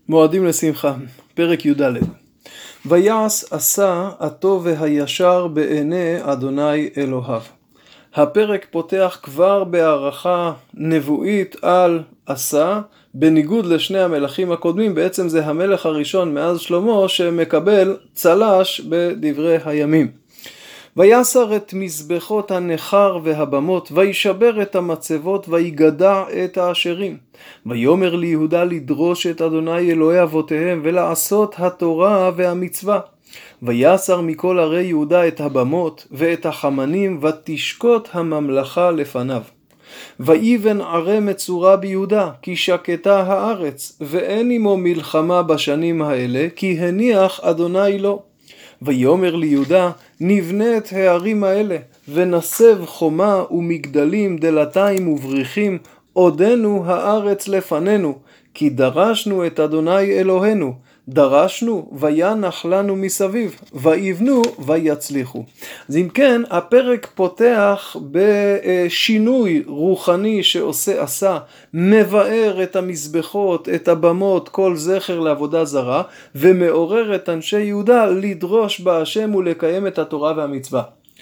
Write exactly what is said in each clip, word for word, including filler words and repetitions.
מועדים לשמחה, פרק י"ד. ויעש עשה הטוב והישר בעיני אדוני אלוהיו. הפרק פותח כבר בהערכה נבואית על עשה, בניגוד לשני המלכים הקודמים. בעצם זה המלך הראשון מאז שלמה שמקבל צל"ש בדברי הימים. ויסר את מזבחות הנכר והבמות, וישבר את המצבות, ויגדע את האשרים. ויאמר ליהודה לדרוש את אדוני אלוהי אבותיהם, ולעשות התורה והמצווה. ויסר מכל ערי יהודה את הבמות ואת החמנים, ותשקוט הממלכה לפניו. ויבן ערי מצורה ביהודה, כי שקטה הארץ, ואין עמו מלחמה בשנים האלה, כי הניח אדוני לו. ויאמר ליהודה, נבנה את הערים האלה, ונסב חומה ומגדלים, דלתיים ובריחים, עודנו הארץ לפנינו, כי דרשנו את אדוני אלוהינו, דרשנו וינח לנו מסביב, ויבנו ויצליחו. אז אם כן, הפרק פותח בשינוי רוחני שעושה עשה, מבאר את המזבחות, את הבמות, כל זכר לעבודה זרה, ומעורר את אנשי יהודה לדרוש בהשם ולקיים את התורה והמצווה.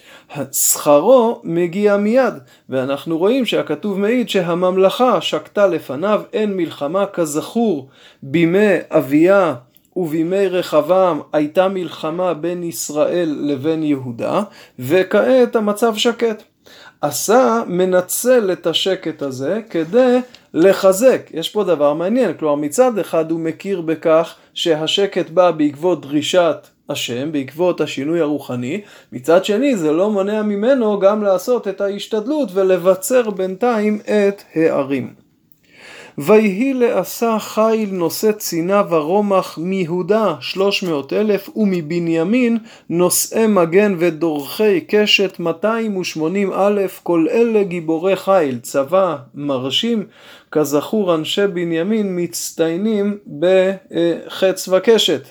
שכרו מגיע מיד, ואנחנו רואים שהכתוב מעיד שהממלכה שקטה לפניו, אין מלחמה. כזכור בימי אביה ובימי רחבעם הייתה מלחמה בין ישראל לבין יהודה, וכעת המצב שקט. עשה מנצל את השקט הזה כדי לחזק. יש פה דבר מעניין, כלומר מצד אחד הוא מכיר בכך שהשקט בא בעקבות דרישת השם, בעקבות השינוי הרוחני. מצד שני זה לא מונע ממנו גם לעשות את ההשתדלות ולבצר בינתיים את הערים. ויהי לעשה חיל נושא צינה ורומח מיהודה שלוש מאות אלף, ומבנימין נושאי מגן ודורכי קשת מאתיים ושמונים אלף, כל אלה גיבורי חיל, צבא מרשים. כזכור אנשי בנימין מצטיינים בחץ וקשת.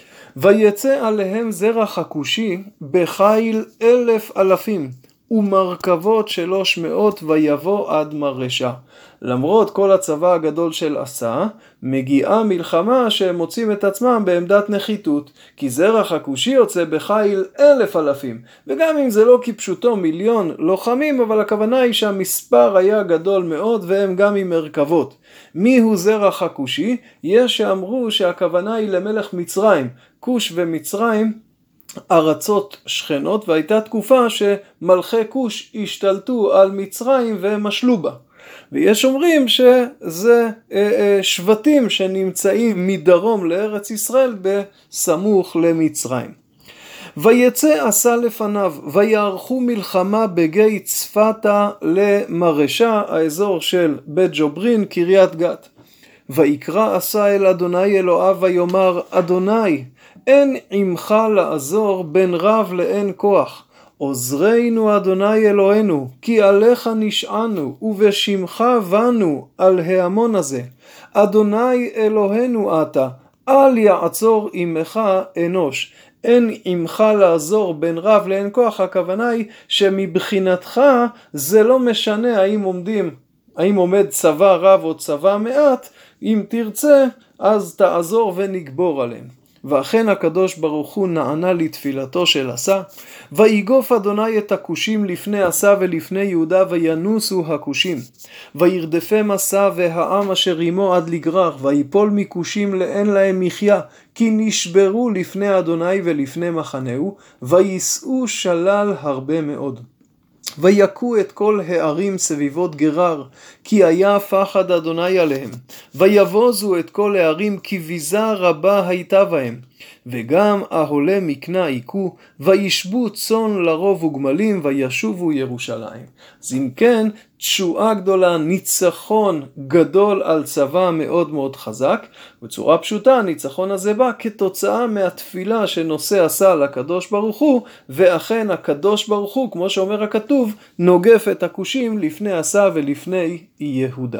ויצא עליהם זרח הכושי בחיל אלף אלפים, ומרכבות שלוש מאות, ויבוא עד מרשה. למרות כל הצבא הגדול של עשה, מגיעה מלחמה שהם מוצאים את עצמם בעמדת נחיתות, כי זרח הכושי יוצא בחיל אלף אלפים, וגם אם זה לא כפשוטו מיליון לוחמים, אבל הכוונה היא שהמספר היה גדול מאוד, והם גם עם מרכבות. מי הוא זרח הכושי? יש שאמרו שהכוונה היא למלך מצרים. כוש ומצרים ארצות שכנות, והייתה תקופה שמלכי כוש השתלטו על מצרים ומשלו בה. ויש אומרים שזה שבטים שנמצאים מדרום לארץ ישראל בסמוך למצרים. ויצא עשה לפניו, ויערכו מלחמה בגיא צפתה למרשה, האזור של בית ג'וברין, קריית גת. ויקרא עשה אל אדוני אלוהיו ויאמר, אדוני, אין עמך לעזור בין רב לאין כוח. עוזרנו אדוני אלוהינו, כי עליך נשענו, ובשמך בנו על ההמון הזה. אדוני אלוהינו אתה, אל יעצור עמך אנוש. אין עמך לעזור בין רב לאין כוח, הכוונה היא שמבחינתך זה לא משנה האם עומדים, האם עומד צבא רב או צבא מעט, אם תרצה אז תעזור ונגבור עליהם. ואכן הקדוש ברוך הוא נענה לתפילתו של עשה. ויגוף אדוני את הכושים לפני עשה ולפני יהודה, וינוסו הכושים. וירדפם עשה והעם אשר עמו עד לגרר, ויפול מכושים לאין להם מחיה, כי נשברו לפני אדוני ולפני מחנהו, ויסעו שלל הרבה מאוד. ויקו את כל הערים סביבות גרר, כי היה פחד אדוני עליהם. ויבוזו את כל הערים, כי ביזה רבה הייתה בהם. וגם ההולה מקנה עיקו, וישבו צאן לרוב וגמלים, וישובו ירושלים. אז אם כן, תשועה גדולה, ניצחון גדול על צבא מאוד מאוד חזק. בצורה פשוטה, הניצחון הזה בא כתוצאה מהתפילה שנושא עשה לקדוש ברוך הוא, ואכן הקדוש ברוך הוא, כמו שאומר הכתוב, נוגף את הכושים לפני עשה ולפני יהודה.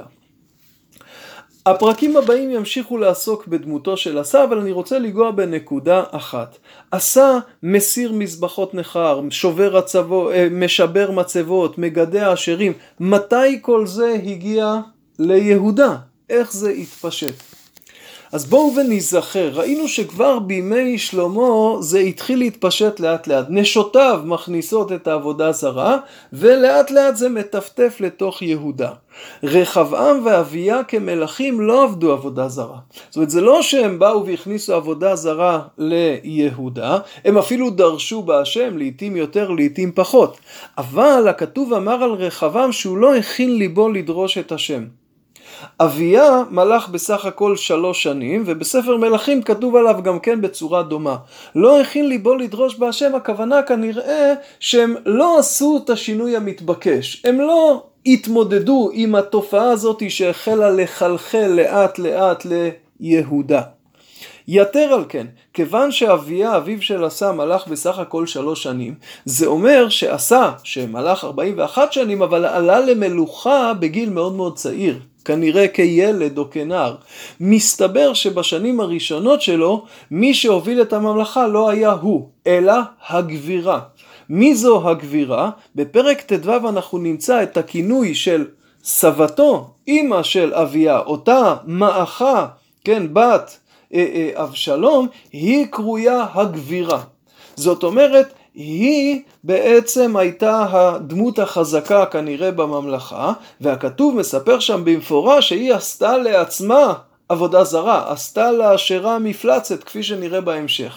הפרקים הבאים ימשיכו לעסוק בדמותו של עשה, אבל אני רוצה לגוע בנקודה אחת. עשה מסיר מזבחות נחר, שובר הצבו, משבר מצבות, מגדע אשרים. מתי כל זה הגיע ליהודה? איך זה התפשט? אז בואו ונזכר, ראינו שכבר בימי שלמה זה התחיל להתפשט לאט לאט. נשותיו מכניסות את העבודה זרה, ולאט לאט זה מטפטף לתוך יהודה. רחבעם ואביה כמלכים לא עבדו עבודה זרה. זאת אומרת, זה לא שהם באו והכניסו עבודה זרה ליהודה, הם אפילו דרשו בהשם, לעתים יותר, לעתים פחות. אבל הכתוב אמר על רחבעם שהוא לא הכין ליבו לדרוש את השם. אביה מלך בסך הכל שלוש שנים, ובספר מלכים כתוב עליו גם כן בצורה דומה. לא הכין ליבו לדרוש בהשם, הכוונה כנראה שהם לא עשו את השינוי המתבקש. הם לא התמודדו עם התופעה הזאת שהחלה לחלחל לאט לאט ליהודה. יתר על כן, כיוון שאביה, אביו של עשה, מלך בסך הכל שלוש שנים, זה אומר שעשה, שמלך ארבעים ואחת שנים, אבל עלה למלוכה בגיל מאוד מאוד צעיר, כנראה כילד או כנער. מסתבר שבשנים הראשונות שלו, מי שהוביל את הממלכה לא היה הוא, אלא הגבירה. מי זו הגבירה? בפרק ט"ו אנחנו נמצא את הכינוי של סבתו, אמא של אביה, אותה מאחה, כן, בת אבשלום, היא קרויה הגבירה. זאת אומרת, היא בעצם הייתה הדמות החזקה כנראה בממלכה, והכתוב מספר שם במפורש שהיא עשתה לעצמה עבודה זרה, עשתה לאשרה מפלצת, כפי שנראה בהמשך.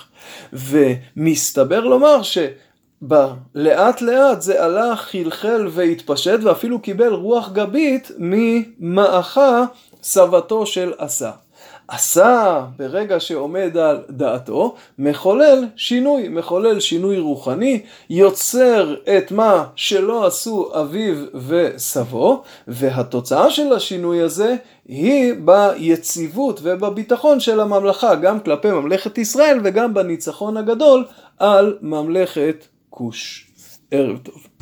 ומסתבר לומר ש... לאט לאט זה עלה, חלחל והתפשט, ואפילו קיבל רוח גבית ממאחה סבתו של עשה. עשה ברגע שעומד על דעתו, מחולל שינוי, מחולל שינוי רוחני, יוצר את מה שלא עשו אביו וסבו, והתוצאה של השינוי הזה היא ביציבות ובביטחון של הממלכה, גם כלפי ממלכת ישראל וגם בניצחון הגדול על ממלכת כוש. ערב טוב.